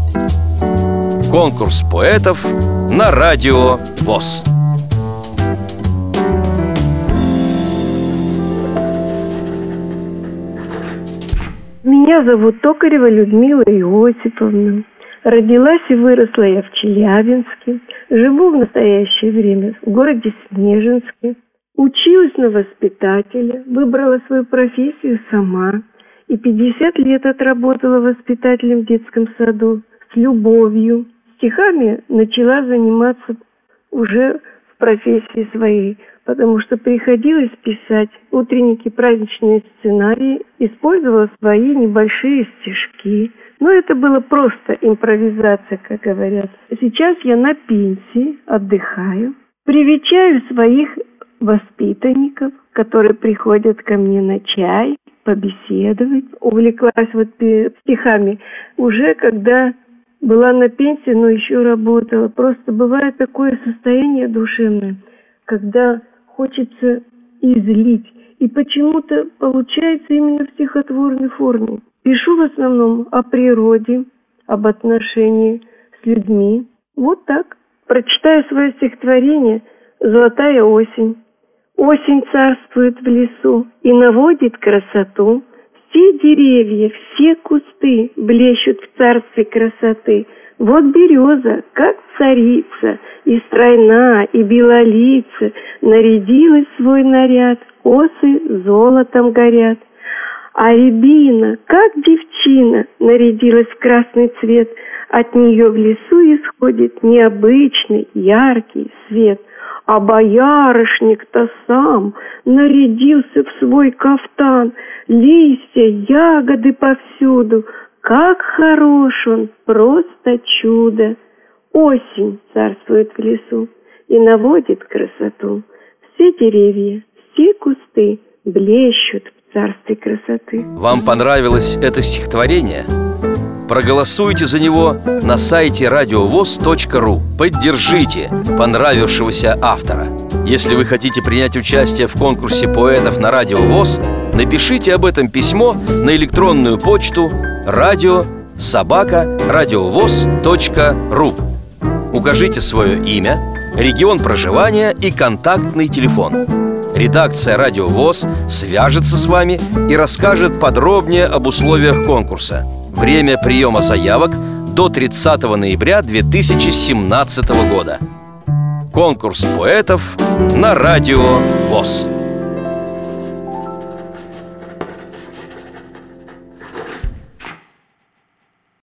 Конкурс поэтов на Радио ВОС. Меня зовут Токарева Людмила Иосиповна. Родилась и выросла я в Челябинске. Живу в настоящее время в городе Снежинске. Училась на воспитателя, выбрала свою профессию сама. И 50 лет отработала воспитателем в детском саду с любовью. Стихами начала заниматься уже в профессии своей, потому что приходилось писать утренники, праздничные сценарии, использовала свои небольшие стишки. Но это было просто импровизация, как говорят. Сейчас я на пенсии, отдыхаю. Привечаю своих воспитанников, которые приходят ко мне на чай, побеседовать. Увлеклась стихами уже когда была на пенсии, но еще работала. Просто бывает такое состояние душевное, когда хочется излить. И почему-то получается именно в стихотворной форме. Пишу в основном о природе, об отношении с людьми. Вот так. Прочитаю свое стихотворение «Золотая осень». Осень царствует в лесу и наводит красоту. Все деревья, все кусты блещут в царстве красоты. Вот береза, как царица, и стройна, и белолица, нарядилась в свой наряд, осы золотом горят. А рябина, как девчина, нарядилась в красный цвет, от нее в лесу исходит необычный яркий свет. А боярышник-то сам нарядился в свой кафтан, листья, ягоды повсюду, как хорош он, просто чудо. Осень царствует в лесу и наводит красоту. Все деревья, все кусты блещут в царстве красоты. Вам понравилось это стихотворение? Проголосуйте за него на сайте радиовос.ру. Поддержите понравившегося автора. Если вы хотите принять участие в конкурсе поэтов на Радио ВОС, напишите об этом письмо на электронную почту radio@radiovoz.ru. Укажите свое имя, регион проживания и контактный телефон. Редакция Радио ВОС свяжется с вами и расскажет подробнее об условиях конкурса. Время приема заявок до 30 ноября 2017 года. Конкурс поэтов на Радио ВОС.